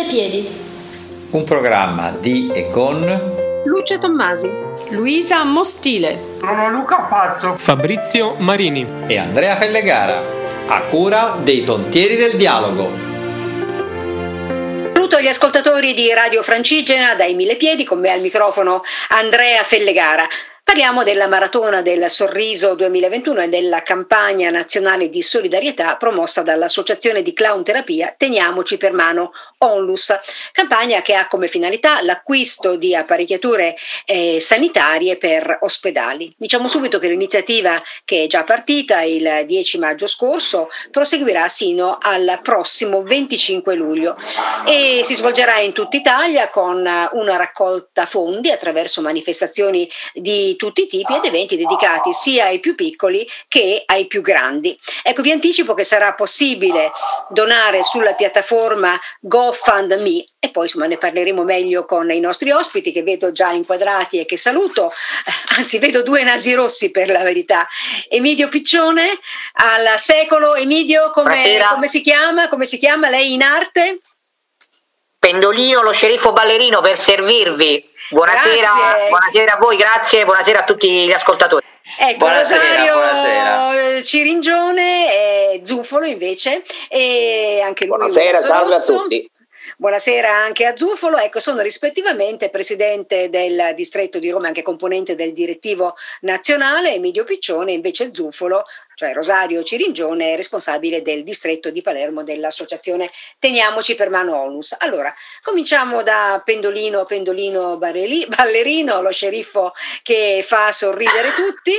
piedi. Un programma di e con Lucia Tommasi, Luisa Mostile, Luca Fazzo, Fabrizio Marini e Andrea Fellegara, a cura dei Pontieri del Dialogo. saluto gli ascoltatori di Radio Francigena dai Mille Piedi, con me al microfono Andrea Fellegara. Parliamo della Maratona del Sorriso 2021 e della campagna nazionale di solidarietà promossa dall'Associazione di Clown Terapia Teniamoci per Mano Onlus, campagna che ha come finalità l'acquisto di apparecchiature sanitarie per ospedali. Diciamo subito che l'iniziativa, che è già partita il 10 maggio scorso, proseguirà sino al prossimo 25 luglio e si svolgerà in tutta Italia con una raccolta fondi attraverso manifestazioni di tutti i tipi ed eventi dedicati sia ai più piccoli che ai più grandi. Ecco, vi anticipo che sarà possibile donare sulla piattaforma GoFundMe e poi insomma ne parleremo meglio con i nostri ospiti, che vedo già inquadrati e che saluto, anzi vedo due nasi rossi per la verità. Emilio Piccione al secolo. Emilio, come si chiama lei in arte? Pendolino, lo sceriffo ballerino, per servirvi. Buonasera a voi, grazie, buonasera a tutti gli ascoltatori. Ecco, Rosario Ciringione e Zufolo invece, e anche lui. Buonasera, salve a tutti. Buonasera anche a Zufolo. Ecco, sono rispettivamente presidente del distretto di Roma e anche componente del direttivo nazionale. Emilio Piccione, invece Zufolo, cioè Rosario Ciringione, è responsabile del distretto di Palermo dell'associazione Teniamoci per Mano Onlus. Allora, cominciamo da Pendolino ballerino, lo sceriffo che fa sorridere tutti.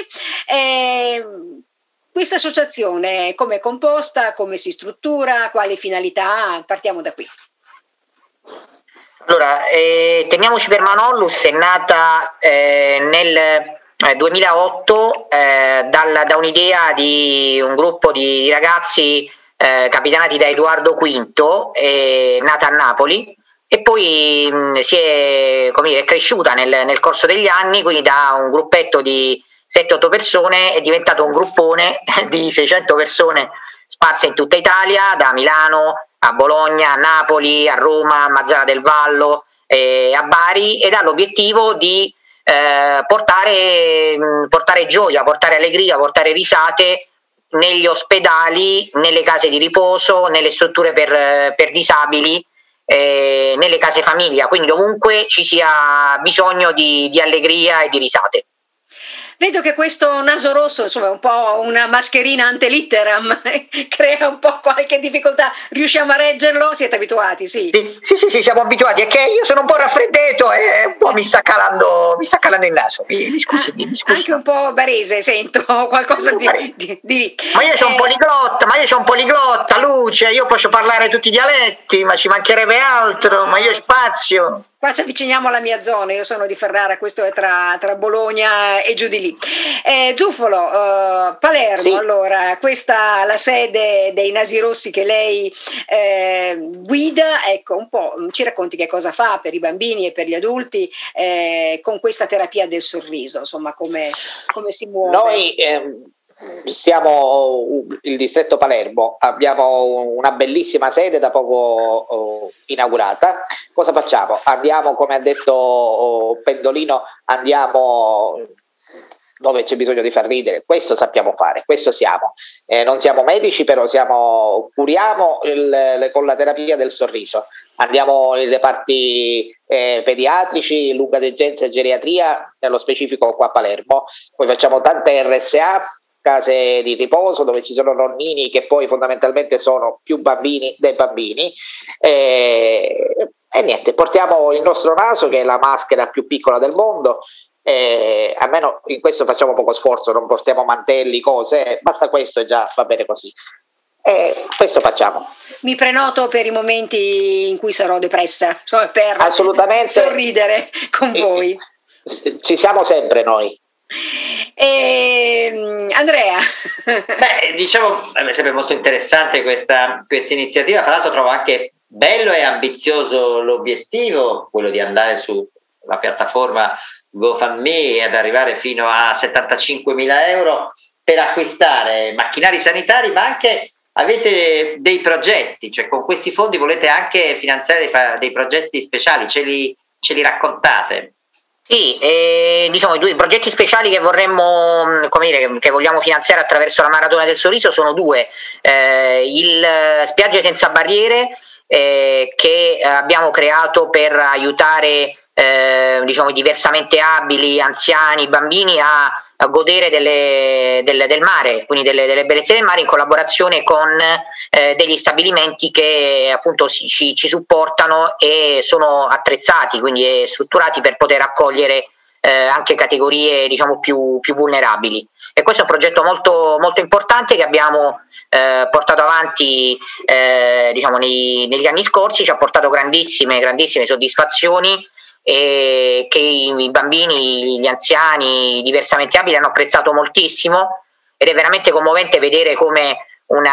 Questa associazione come è composta, come si struttura, quali finalità ha? Partiamo da qui. Allora, Teniamoci per Mano Onlus è nata nel 2008 da un'idea di un gruppo di ragazzi capitanati da Edoardo V, nata a Napoli, e poi è cresciuta nel corso degli anni, quindi da un gruppetto di 7-8 persone è diventato un gruppone di 600 persone sparse in tutta Italia, da Milano a Bologna, a Napoli, a Roma, a Mazzara del Vallo, a Bari, ed ha l'obiettivo di portare gioia, portare allegria, portare risate negli ospedali, nelle case di riposo, nelle strutture per disabili, nelle case famiglia, quindi ovunque ci sia bisogno di allegria e di risate. Vedo che questo naso rosso, insomma, è un po' una mascherina ante litteram, crea un po' qualche difficoltà. Riusciamo a reggerlo? Siete abituati? Sì, siamo abituati. È che io sono un po' raffreddato e un po' mi sta calando il naso. Mi scusi. Anche un po' barese, sento qualcosa di... Ma io sono un poliglotta, Luce, io posso parlare tutti i dialetti, ma ci mancherebbe altro, ma io spazio. Qua ci avviciniamo alla mia zona, io sono di Ferrara, questo è tra Bologna e giù di lì. Zufolo, Palermo, sì. Allora, questa la sede dei Nasi Rossi che lei guida, ecco, un po' ci racconti che cosa fa per i bambini e per gli adulti con questa terapia del sorriso, insomma, come si muove? Noi siamo il distretto Palermo, abbiamo una bellissima sede da poco inaugurata. Cosa facciamo? Andiamo, come ha detto Pendolino, andiamo dove c'è bisogno di far ridere. Questo sappiamo fare, questo siamo. Non siamo medici, però curiamo con la terapia del sorriso. Andiamo in reparti pediatrici, lunga degenza e geriatria, nello specifico qua a Palermo. Poi facciamo tante RSA, case di riposo, dove ci sono nonnini che poi fondamentalmente sono più bambini dei bambini, e niente, portiamo il nostro naso, che è la maschera più piccola del mondo, almeno in questo facciamo poco sforzo, non portiamo mantelli, cose, basta questo e già va bene così. Questo facciamo. Mi prenoto per i momenti in cui sarò depressa, per assolutamente sorridere con voi. Ci siamo sempre noi. Andrea. Diciamo, è sempre molto interessante questa iniziativa. Tra l'altro trovo anche bello e ambizioso l'obiettivo, quello di andare sulla piattaforma GoFundMe e ad arrivare fino a 75.000 euro per acquistare macchinari sanitari, ma anche avete dei progetti, cioè con questi fondi volete anche finanziare dei progetti speciali, ce li raccontate? Sì, diciamo i due progetti speciali che vorremmo, come dire, che vogliamo finanziare attraverso la Maratona del Sorriso sono due: il Spiagge senza barriere, che abbiamo creato per aiutare diciamo i diversamente abili, anziani, bambini a godere del mare, quindi delle bellezze del mare, in collaborazione con degli stabilimenti che appunto ci supportano e sono attrezzati, quindi strutturati per poter accogliere anche categorie diciamo più vulnerabili. E questo è un progetto molto, molto importante che abbiamo portato avanti diciamo negli anni scorsi, ci ha portato grandissime soddisfazioni, e che i bambini, gli anziani, i diversamente abili hanno apprezzato moltissimo, ed è veramente commovente vedere come un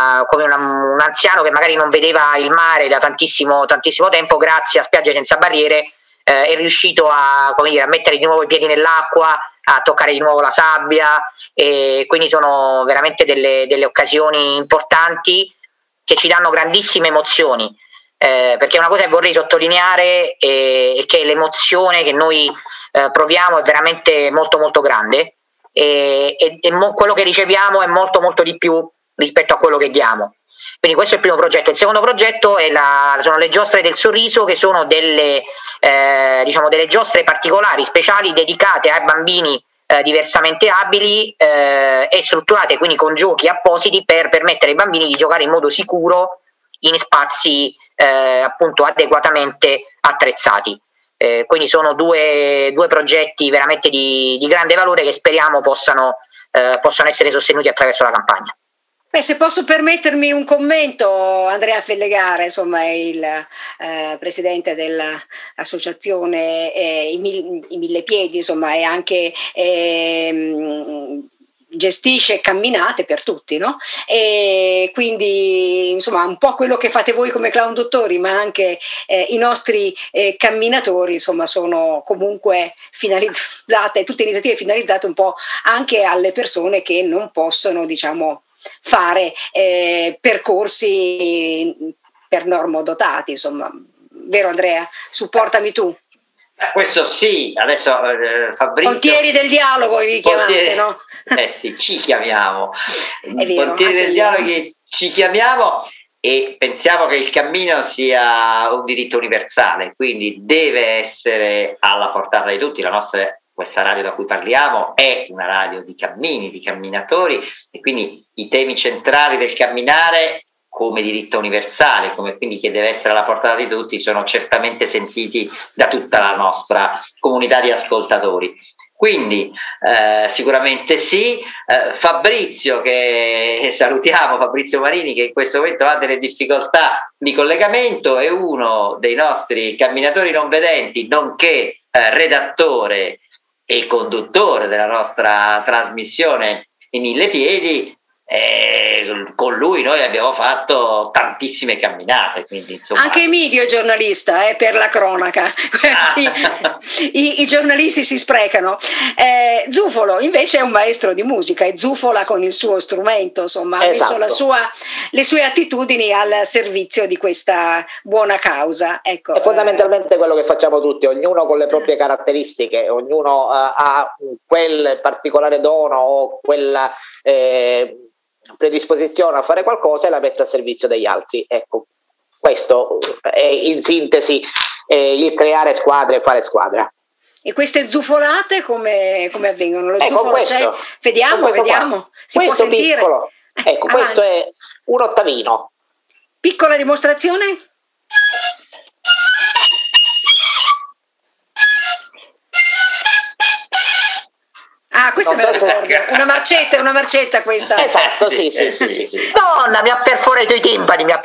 anziano che magari non vedeva il mare da tantissimo tempo, grazie a Spiagge senza barriere è riuscito a mettere di nuovo i piedi nell'acqua, a toccare di nuovo la sabbia, e quindi sono veramente delle occasioni importanti che ci danno grandissime emozioni, perché una cosa che vorrei sottolineare è che l'emozione che noi proviamo è veramente molto molto grande, e quello che riceviamo è molto molto di più rispetto a quello che diamo. Quindi questo è il primo progetto. Il secondo progetto sono le giostre del sorriso, che sono delle giostre particolari, speciali, dedicate ai bambini diversamente abili, e strutturate quindi con giochi appositi per permettere ai bambini di giocare in modo sicuro in spazi appunto adeguatamente attrezzati. Quindi sono due progetti veramente di grande valore, che speriamo possano essere sostenuti attraverso la campagna. Se posso permettermi un commento, Andrea Fellegara, insomma, è il presidente dell'associazione I Mille Piedi, insomma, e anche gestisce camminate per tutti, no? E quindi insomma un po' quello che fate voi come clown dottori, ma anche i nostri camminatori, insomma, sono comunque finalizzate, tutte iniziative finalizzate un po' anche alle persone che non possono, diciamo, fare percorsi per normodotati, insomma, vero Andrea? Supportami tu. Questo sì, adesso Fabrizio... Pontieri del dialogo vi chiamate, no? Sì, ci chiamiamo. È vero, Pontieri del dialogo ci chiamiamo, e pensiamo che il cammino sia un diritto universale, quindi deve essere alla portata di tutti. Questa radio da cui parliamo è una radio di cammini, di camminatori, e quindi i temi centrali del camminare come diritto universale, quindi che deve essere alla portata di tutti, sono certamente sentiti da tutta la nostra comunità di ascoltatori. Quindi sicuramente sì. Fabrizio, che salutiamo, Fabrizio Marini, che in questo momento ha delle difficoltà di collegamento, è uno dei nostri camminatori non vedenti, nonché redattore e conduttore della nostra trasmissione I Mille Piedi. Con lui noi abbiamo fatto tantissime camminate, quindi, insomma... Anche Emidio è giornalista, per la cronaca. I giornalisti si sprecano. Zufolo invece è un maestro di musica e zufola con il suo strumento, insomma, esatto. Ha messo le sue attitudini al servizio di questa buona causa. Ecco, è fondamentalmente quello che facciamo tutti, ognuno con le proprie caratteristiche, ognuno ha quel particolare dono o quella predisposizione a fare qualcosa e la mette a servizio degli altri. Ecco, questo è in sintesi il creare squadre e fare squadra. E queste zufolate come avvengono? Questo, vediamo. Si questo può sentire? Piccolo, ecco, questo è un ottavino. Piccola dimostrazione? Questa me la ricordo, una marcetta questa. Esatto, sì. Donna, mi ha perforato i timpani, e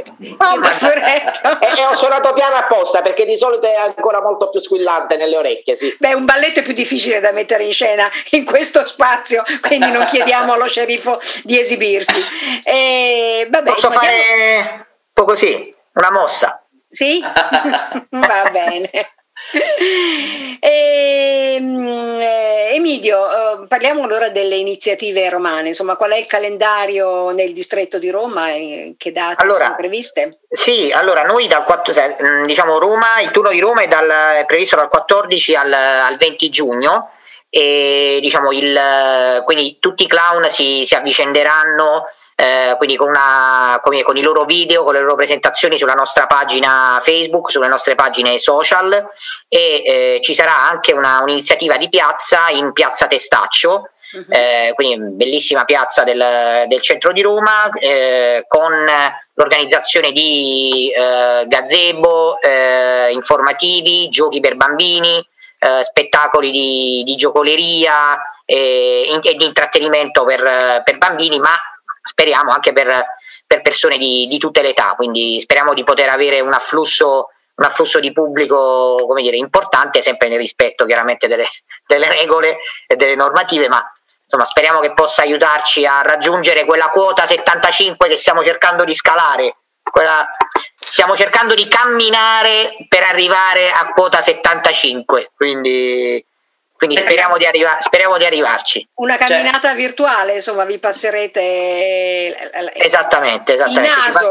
ho suonato piano apposta, perché di solito è ancora molto più squillante nelle orecchie, sì. Beh, un balletto è più difficile da mettere in scena in questo spazio, quindi non chiediamo allo sceriffo di esibirsi. Posso fare un po' così, una mossa? Sì? Va bene. Emidio, parliamo allora delle iniziative romane, insomma, qual è il calendario nel distretto di Roma e che date sono previste? Sì, allora noi diciamo Roma, il turno di Roma è previsto dal 14 al 20 giugno e diciamo quindi tutti i clown si avvicenderanno quindi con i loro video, con le loro presentazioni sulla nostra pagina Facebook, sulle nostre pagine social e ci sarà anche un'iniziativa di piazza in Piazza Testaccio, quindi bellissima piazza del centro di Roma con l'organizzazione di gazebo, informativi, giochi per bambini, spettacoli di giocoleria e di intrattenimento per bambini, ma speriamo anche per persone di tutte le età, quindi speriamo di poter avere un afflusso di pubblico, come dire, importante, sempre nel rispetto chiaramente delle regole e delle normative, ma insomma speriamo che possa aiutarci a raggiungere quella quota 75 che stiamo cercando di scalare. Stiamo cercando di camminare per arrivare a quota 75, quindi speriamo di arrivarci. Una camminata virtuale, insomma, vi passerete esattamente. Il naso,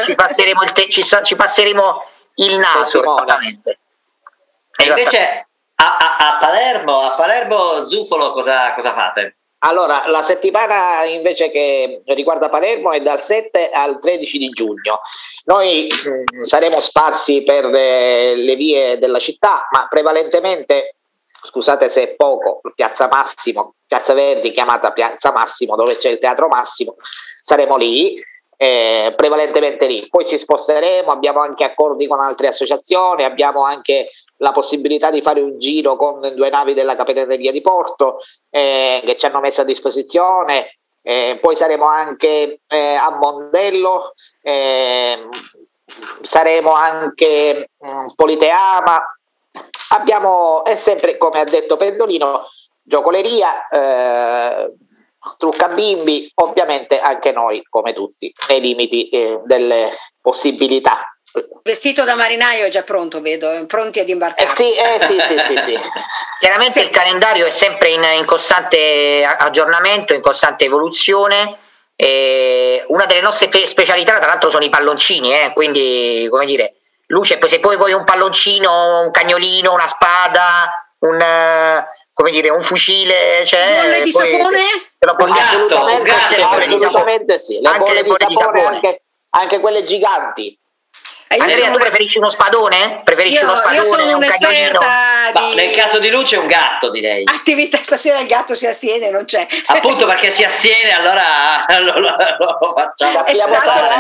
ci passeremo il naso, esattamente. E invece a Palermo Zufolo cosa fate? Allora, la settimana invece che riguarda Palermo è dal 7 al 13 di giugno. Noi saremo sparsi per le vie della città, ma prevalentemente, scusate se è poco, Piazza Verdi, chiamata Piazza Massimo, dove c'è il Teatro Massimo, saremo lì, prevalentemente lì. Poi ci sposteremo, abbiamo anche accordi con altre associazioni, abbiamo anche la possibilità di fare un giro con 2 navi della Capitaneria di Porto che ci hanno messo a disposizione, poi saremo anche a Mondello, saremo anche Politeama, abbiamo, è sempre come ha detto Pendolino, giocoleria, trucca bimbi, ovviamente anche noi come tutti nei limiti delle possibilità. Vestito da marinaio è già pronto, vedo, pronti ad imbarcare. Sì. Chiaramente il calendario è sempre in costante aggiornamento, in costante evoluzione. Una delle nostre specialità, tra l'altro, sono i palloncini, quindi, come dire, luce, se poi vuoi un palloncino, un cagnolino, una spada, un fucile, bolle di sapone? Assolutamente sì, le bolle di sapone, anche quelle giganti. Andrea, tu preferisci uno spadone? Io sono un'esperta di... nel caso di Luce è un gatto, direi. Attività, stasera il gatto si astiene, non c'è. Appunto perché si astiene, allora lo facciamo. Sappiamo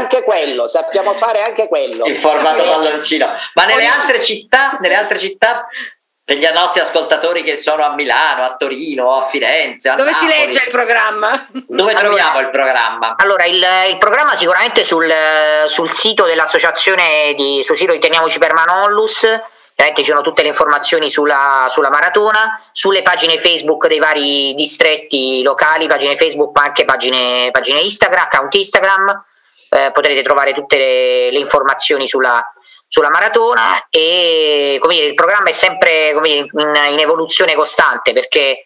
fare anche quello. Il formato palloncino. Ma nelle altre città, per gli nostri ascoltatori che sono a Milano, a Torino, a Firenze, dove si legge il programma? Dove troviamo il programma? Allora, il programma sicuramente sul sito dell'associazione, sul sito di Teniamoci per Manollus, ci sono tutte le informazioni sulla maratona, sulle pagine Facebook dei vari distretti locali, pagine Facebook ma anche pagine Instagram, account Instagram, potrete trovare tutte le informazioni sulla maratona e, come dire, il programma è sempre, come dire, in evoluzione costante perché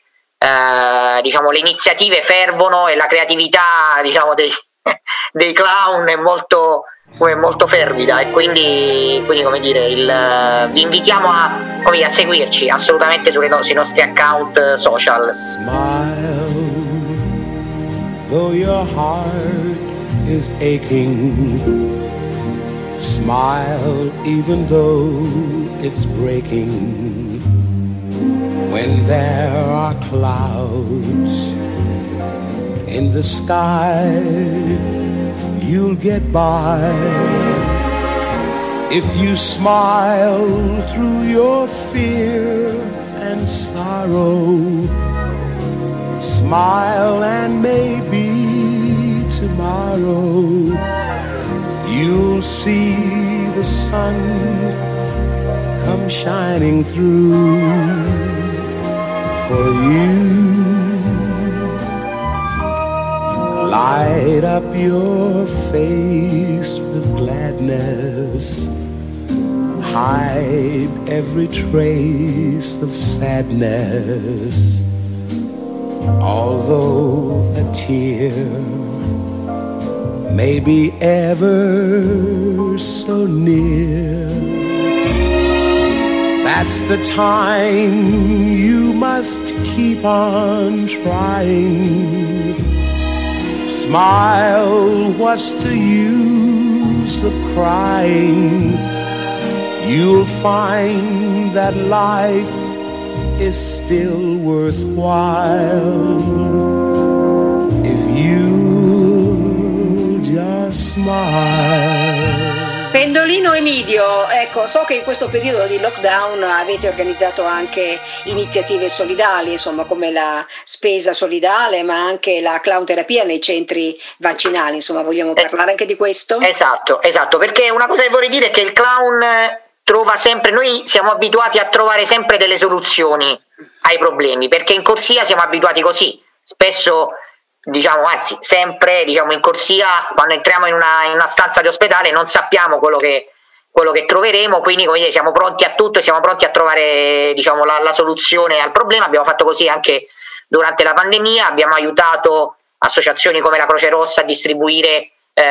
le iniziative fervono e la creatività, dei clown è molto fervida e quindi come dire, vi invitiamo a seguirci assolutamente sui nostri account social. Smile, though your heart is aching. Smile even though it's breaking. When there are clouds in the sky, you'll get by. If you smile through your fear and sorrow, smile and maybe tomorrow you'll see the sun come shining through for you. Light up your face with gladness, hide hide every trace of sadness, although a tear may be ever so near. That's the time you must keep on trying. Smile, what's the use of crying? You'll find that life is still worthwhile if you just smile. Pendolino Emidio, ecco, so che in questo periodo di lockdown avete organizzato anche iniziative solidali, insomma, come la spesa solidale, ma anche la clown terapia nei centri vaccinali, insomma, vogliamo parlare anche di questo? Esatto, perché una cosa che vorrei dire è che il clown trova sempre, noi siamo abituati a trovare sempre delle soluzioni ai problemi, perché in corsia siamo abituati così, spesso anzi sempre in corsia, quando entriamo in una stanza di ospedale non sappiamo quello che troveremo, quindi come dire, siamo pronti a tutto e siamo pronti a trovare la soluzione al problema. Abbiamo fatto così anche durante la pandemia, abbiamo aiutato associazioni come la Croce Rossa a distribuire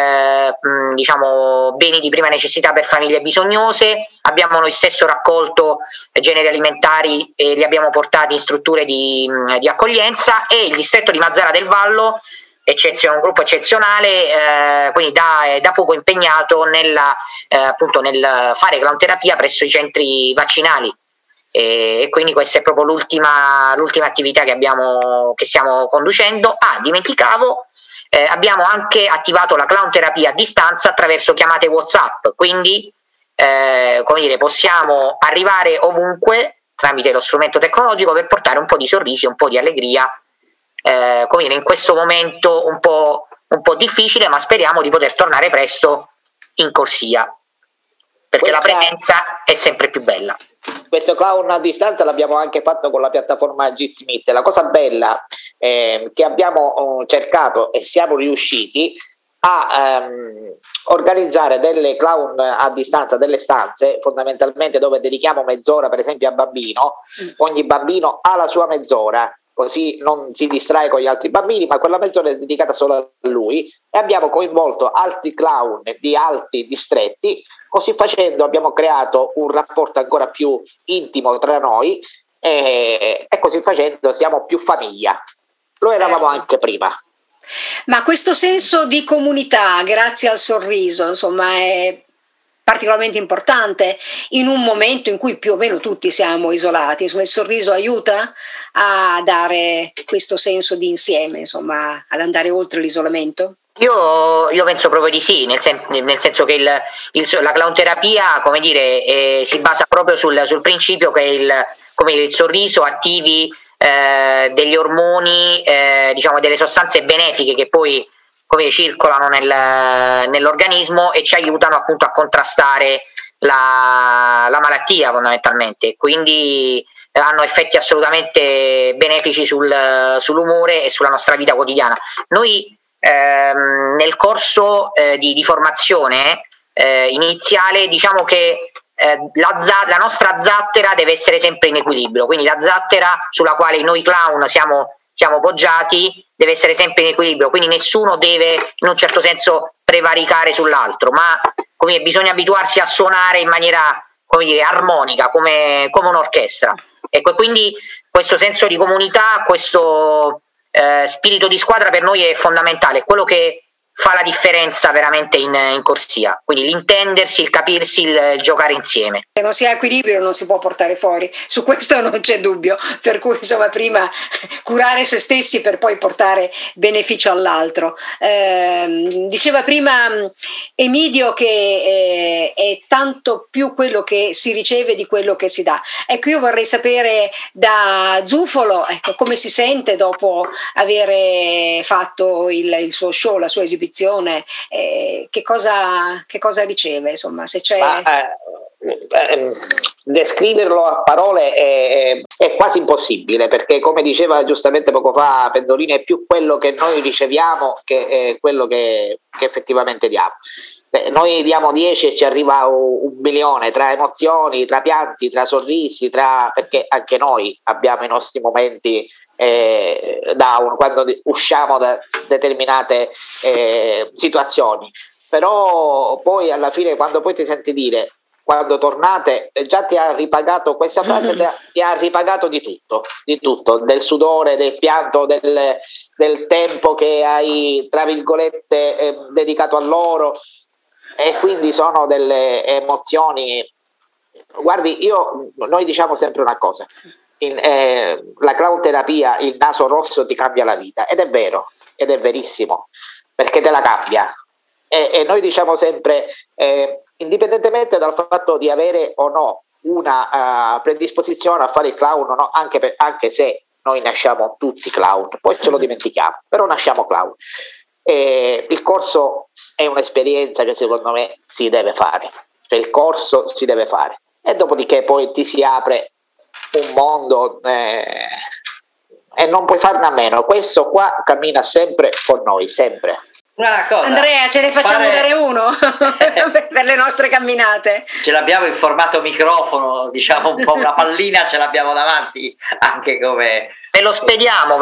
beni di prima necessità per famiglie bisognose, abbiamo noi stesso raccolto generi alimentari e li abbiamo portati in strutture di accoglienza, e il distretto di Mazara del Vallo, un gruppo eccezionale, quindi da poco impegnato nel fare clown terapia presso i centri vaccinali, e quindi questa è proprio l'ultima attività che stiamo conducendo. Dimenticavo, abbiamo anche attivato la clown terapia a distanza attraverso chiamate WhatsApp, quindi possiamo arrivare ovunque tramite lo strumento tecnologico per portare un po' di sorrisi, un po' di allegria, in questo momento un po' difficile, ma speriamo di poter tornare presto in corsia, perché la presenza è sempre più bella. Questo clown a distanza l'abbiamo anche fatto con la piattaforma Jitsi. La cosa bella che abbiamo cercato e siamo riusciti a organizzare delle clown a distanza, delle stanze fondamentalmente dove dedichiamo mezz'ora per esempio a bambino, ogni bambino ha la sua mezz'ora, così non si distrae con gli altri bambini, ma quella mezz'ora è dedicata solo a lui, e abbiamo coinvolto altri clown di altri distretti. Così facendo abbiamo creato un rapporto ancora più intimo tra noi, e così facendo siamo più famiglia. Lo eravamo anche prima. Ma questo senso di comunità, grazie al sorriso, insomma, è particolarmente importante in un momento in cui più o meno tutti siamo isolati. Insomma, il sorriso aiuta a dare questo senso di insieme, insomma, ad andare oltre l'isolamento? Io penso proprio di sì, nel senso che la clown terapia, si basa proprio sul principio che il sorriso attivi degli ormoni, delle sostanze benefiche che poi circolano nell'organismo e ci aiutano appunto a contrastare la malattia fondamentalmente, quindi hanno effetti assolutamente benefici sull'umore e sulla nostra vita quotidiana. Noi nel corso di formazione iniziale diciamo che la nostra zattera deve essere sempre in equilibrio, quindi la zattera sulla quale noi clown siamo poggiati deve essere sempre in equilibrio, quindi nessuno deve in un certo senso prevaricare sull'altro, ma bisogna abituarsi a suonare in maniera armonica, come un'orchestra. Ecco, quindi questo senso di comunità, questo spirito di squadra per noi è fondamentale, è quello che fa la differenza veramente in corsia, quindi l'intendersi, il capirsi, il giocare insieme. Se non si ha equilibrio non si può portare fuori, su questo non c'è dubbio, per cui prima curare se stessi per poi portare beneficio all'altro. Diceva prima Emidio che è tanto più quello che si riceve di quello che si dà. Ecco, io vorrei sapere da Zufolo, come si sente dopo avere fatto il suo show, la sua esibizione, che cosa riceve, insomma, se c'è... descriverlo a parole è quasi impossibile, perché come diceva giustamente poco fa Penzolini, è più quello che noi riceviamo che quello che effettivamente diamo. Noi diamo 10 e ci arriva 1 milione tra emozioni, tra pianti, tra sorrisi, perché anche noi abbiamo i nostri momenti down quando usciamo da determinate situazioni. Però poi alla fine, quando poi ti senti dire, quando tornate, già ti ha ripagato questa frase, ti ha ripagato di tutto, del sudore, del pianto, del tempo che hai, tra virgolette, dedicato a loro. E quindi sono delle emozioni. Guardi, noi diciamo sempre una cosa: la clown terapia, il naso rosso ti cambia la vita, ed è vero, ed è verissimo, perché te la cambia. E noi diciamo sempre, indipendentemente dal fatto di avere o no una predisposizione a fare il clown o no, anche se noi nasciamo tutti clown, poi ce lo dimentichiamo, però nasciamo clown. Il corso è un'esperienza che secondo me si deve fare, cioè il corso si deve fare, e dopodiché poi ti si apre un mondo e non puoi farne a meno. Questo qua cammina sempre con noi, sempre. Una cosa, Andrea, ce ne facciamo dare uno per le nostre camminate. Ce l'abbiamo in formato microfono, diciamo un po' una pallina ce l'abbiamo davanti, anche come... Ve lo spediamo.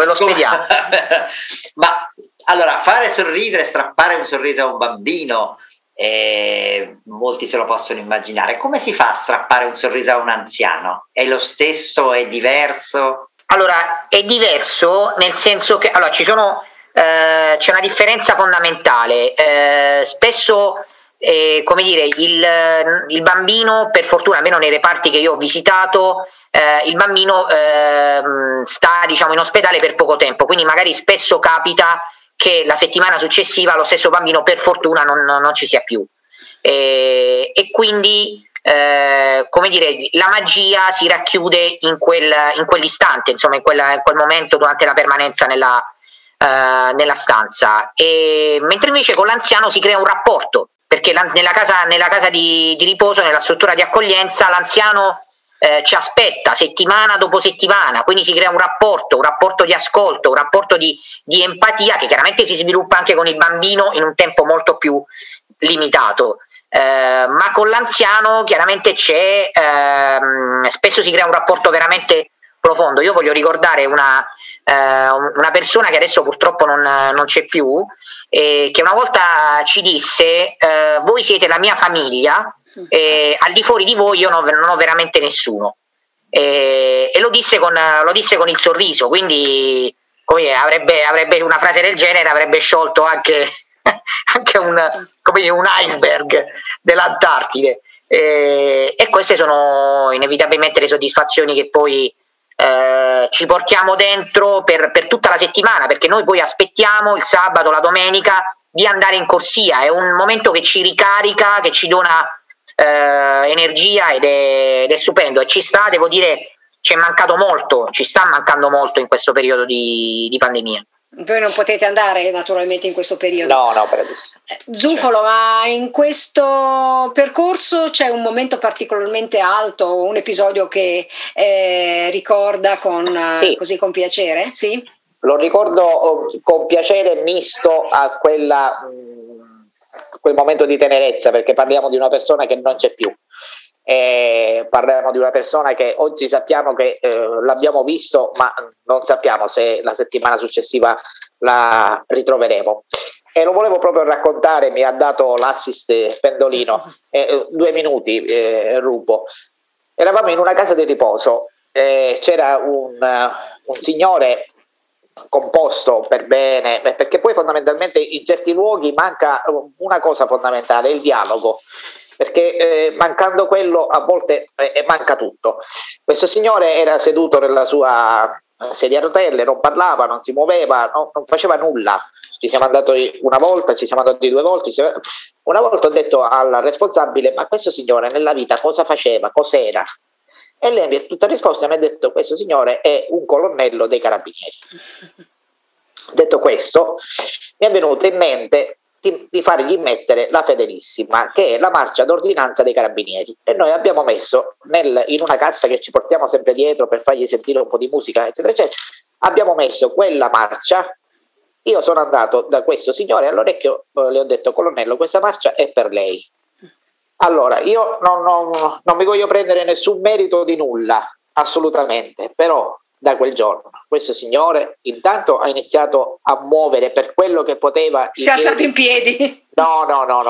Ma allora, fare sorridere, strappare un sorriso a un bambino, molti se lo possono immaginare. Come si fa a strappare un sorriso a un anziano? È lo stesso? È diverso? Allora, è diverso nel senso che c'è una differenza fondamentale. Spesso come dire, il bambino, per fortuna, almeno nei reparti che io ho visitato, il bambino sta, diciamo, in ospedale per poco tempo, quindi magari spesso capita che la settimana successiva lo stesso bambino, per fortuna, non ci sia più, e quindi come dire, la magia si racchiude in quell'istante, insomma in quel momento durante la permanenza nella stanza, mentre invece con l'anziano si crea un rapporto, perché nella casa di riposo, nella struttura di accoglienza, l'anziano ci aspetta settimana dopo settimana, quindi si crea un rapporto di ascolto, un rapporto di empatia, che chiaramente si sviluppa anche con il bambino in un tempo molto più limitato, ma con l'anziano chiaramente spesso si crea un rapporto veramente profondo. Io voglio ricordare una persona che adesso purtroppo non c'è più, che una volta ci disse: voi siete la mia famiglia, al di fuori di voi io non ho veramente nessuno, e lo disse con il sorriso, quindi avrebbe una frase del genere avrebbe sciolto anche un iceberg dell'Antartide, e queste sono inevitabilmente le soddisfazioni che poi ci portiamo dentro per tutta la settimana, perché noi poi aspettiamo il sabato, la domenica di andare in corsia. È un momento che ci ricarica, che ci dona energia, ed è stupendo, e devo dire, ci sta mancando molto in questo periodo di pandemia. Voi non potete andare naturalmente in questo periodo. No, per adesso. Zufolo, ma in questo percorso c'è un momento particolarmente alto, un episodio che ricorda così con piacere? Sì? Lo ricordo con piacere misto a quel momento di tenerezza, perché parliamo di una persona che non c'è più. Parliamo di una persona che oggi sappiamo che l'abbiamo visto, ma non sappiamo se la settimana successiva la ritroveremo, e lo volevo proprio raccontare. Mi ha dato l'assist Pendolino, 2 minuti rubo. Eravamo in una casa di riposo, c'era un signore composto per bene, perché poi fondamentalmente in certi luoghi manca una cosa fondamentale: il dialogo, perché mancando quello a volte manca tutto. Questo signore era seduto nella sua sedia a rotelle, non parlava, non si muoveva, non faceva nulla. Ci siamo andati una volta, ci siamo andati 2 volte. Una volta ho detto alla responsabile: ma questo signore nella vita cosa faceva, cos'era? E lei mi ha tutta risposta, mi ha detto: questo signore è un colonnello dei carabinieri. Detto questo, mi è venuto in mente di fargli mettere la Fedelissima, che è la marcia d'ordinanza dei carabinieri, e noi abbiamo messo in una cassa che ci portiamo sempre dietro per fargli sentire un po' di musica, eccetera eccetera, abbiamo messo quella marcia io sono andato da questo signore all'orecchio, le ho detto: colonnello, questa marcia è per lei. Allora, io non mi voglio prendere nessun merito di nulla, assolutamente, però da quel giorno questo signore intanto ha iniziato a muovere per quello che poteva. Si è alzato in piedi. No.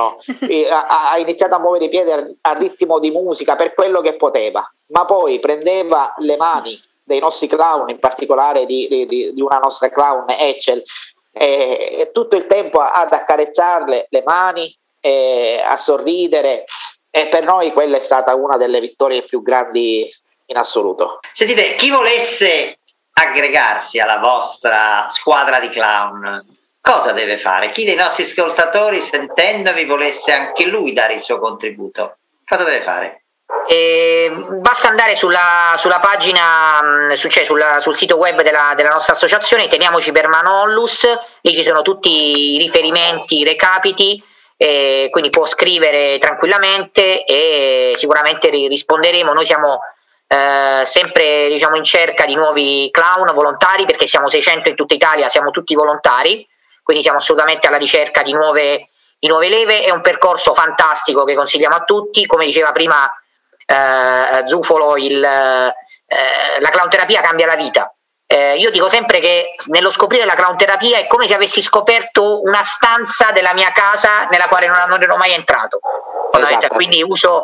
Ha iniziato a muovere i piedi al ritmo di musica per quello che poteva, ma poi prendeva le mani dei nostri clown, in particolare di una nostra clown, Echel, e tutto il tempo ad accarezzarle le mani, a sorridere, e per noi quella è stata una delle vittorie più grandi in assoluto. Sentite, chi volesse aggregarsi alla vostra squadra di clown, cosa deve fare? Chi dei nostri ascoltatori, sentendovi, volesse anche lui dare il suo contributo, cosa deve fare? Basta andare sulla pagina, sul sito web della nostra associazione, Teniamoci per mano Onlus, lì ci sono tutti i riferimenti, i recapiti, quindi può scrivere tranquillamente e sicuramente risponderemo. Noi siamo sempre in cerca di nuovi clown volontari, perché siamo 600 in tutta Italia, siamo tutti volontari, quindi siamo assolutamente alla ricerca di nuove leve. È un percorso fantastico che consigliamo a tutti, come diceva prima Zufolo, la clownterapia cambia la vita. Io dico sempre che nello scoprire la clownterapia è come se avessi scoperto una stanza della mia casa nella quale non ero mai entrato. Esatto. Quindi uso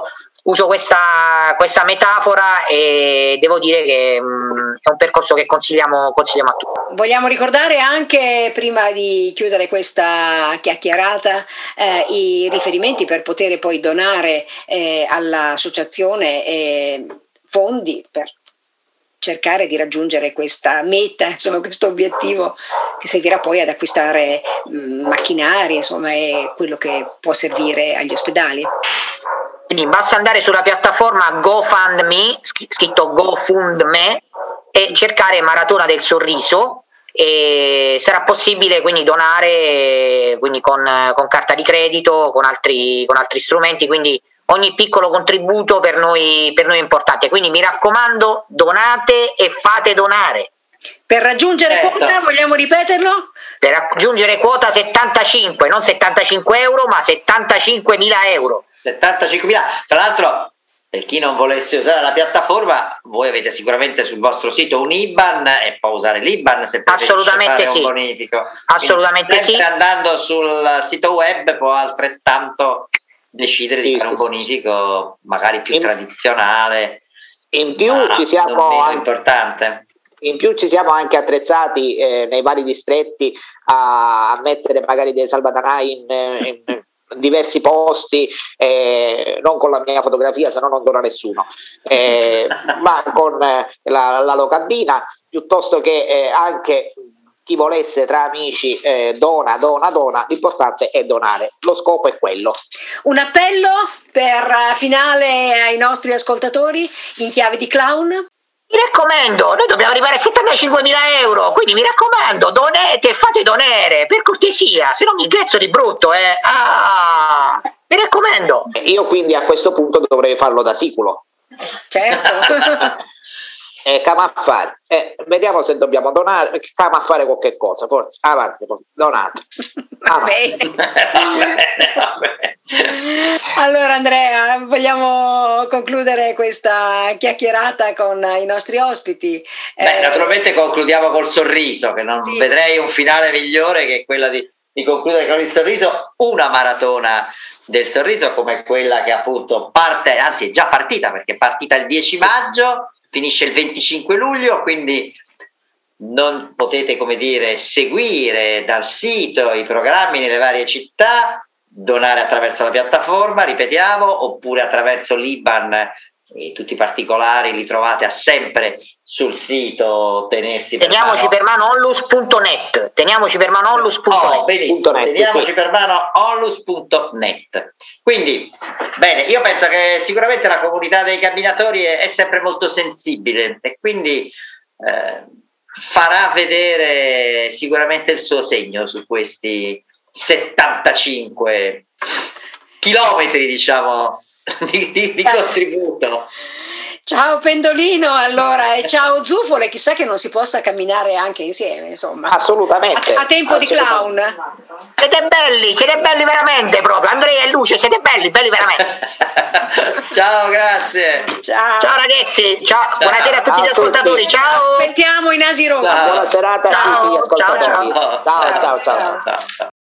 questa metafora e devo dire che è un percorso che consigliamo a tutti. Vogliamo ricordare anche, prima di chiudere questa chiacchierata, i riferimenti per poter poi donare all'associazione fondi per cercare di raggiungere questa meta, insomma, questo obiettivo che servirà poi ad acquistare macchinari, insomma, e quello che può servire agli ospedali. Quindi basta andare sulla piattaforma GoFundMe, scritto GoFundMe, e cercare Maratona del Sorriso, e sarà possibile quindi donare con carta di credito, con altri strumenti, quindi ogni piccolo contributo per noi è importante. Quindi mi raccomando, donate e fate donare. Per raggiungere quota, vogliamo ripeterlo? Per raggiungere quota 75, non 75 euro, ma 75.000 euro. 75.000. Tra l'altro, per chi non volesse usare la piattaforma, voi avete sicuramente sul vostro sito un IBAN e può usare l'IBAN se preferisce fare un bonifico. Assolutamente sì. Andando sul sito web può altrettanto decidere di fare un bonifico magari più tradizionale. In più ci siamo importante. In più ci siamo anche attrezzati nei vari distretti a mettere magari dei salvadanai in diversi posti, non con la mia fotografia, se no non dona nessuno, ma con la locandina, piuttosto che anche chi volesse tra amici dona, l'importante è donare, lo scopo è quello. Un appello per finale ai nostri ascoltatori in chiave di clown? Mi raccomando, noi dobbiamo arrivare a 75.000 euro, quindi mi raccomando, donate e fate donare, per cortesia, se no mi ingezzo di brutto, mi raccomando. Io quindi a questo punto dovrei farlo da siculo. Certo. Camaffare, vediamo se dobbiamo donare, camaffare qualche cosa, forse, avanti, donate. Va bene. Allora Andrea, vogliamo concludere questa chiacchierata con i nostri ospiti? Naturalmente concludiamo col sorriso, che non vedrei un finale migliore che quella di concludere con il sorriso, una maratona del sorriso come quella che appunto parte, anzi è già partita, perché è partita il 10 maggio, finisce il 25 luglio, quindi non potete, come dire, seguire dal sito i programmi nelle varie città, donare attraverso la piattaforma, ripetiamo, oppure attraverso l'IBAN, e tutti i particolari li trovate sempre sul sito Teniamoci per mano onlus.net. Teniamoci per mano onlus.net. Benissimo, teniamoci per mano onlus.net. Quindi, bene, io penso che sicuramente la comunità dei camminatori è sempre molto sensibile e quindi farà vedere sicuramente il suo segno su questi 75 chilometri, diciamo, di contributo. Ciao Pendolino, allora, e ciao Zufolo, e chissà che non si possa camminare anche insieme, insomma. Assolutamente. A tempo di clown. Siete belli veramente proprio. Andrea e Luce, siete belli veramente. Ciao, grazie. Ciao. Ciao ragazzi, ciao. Buonasera a tutti gli Ciao a ascoltatori, tutti. ciao. Aspettiamo i nasi rossi. Ciao. Buona serata a Ciao, tutti gli ascoltatori. ciao, Ciao. Ciao.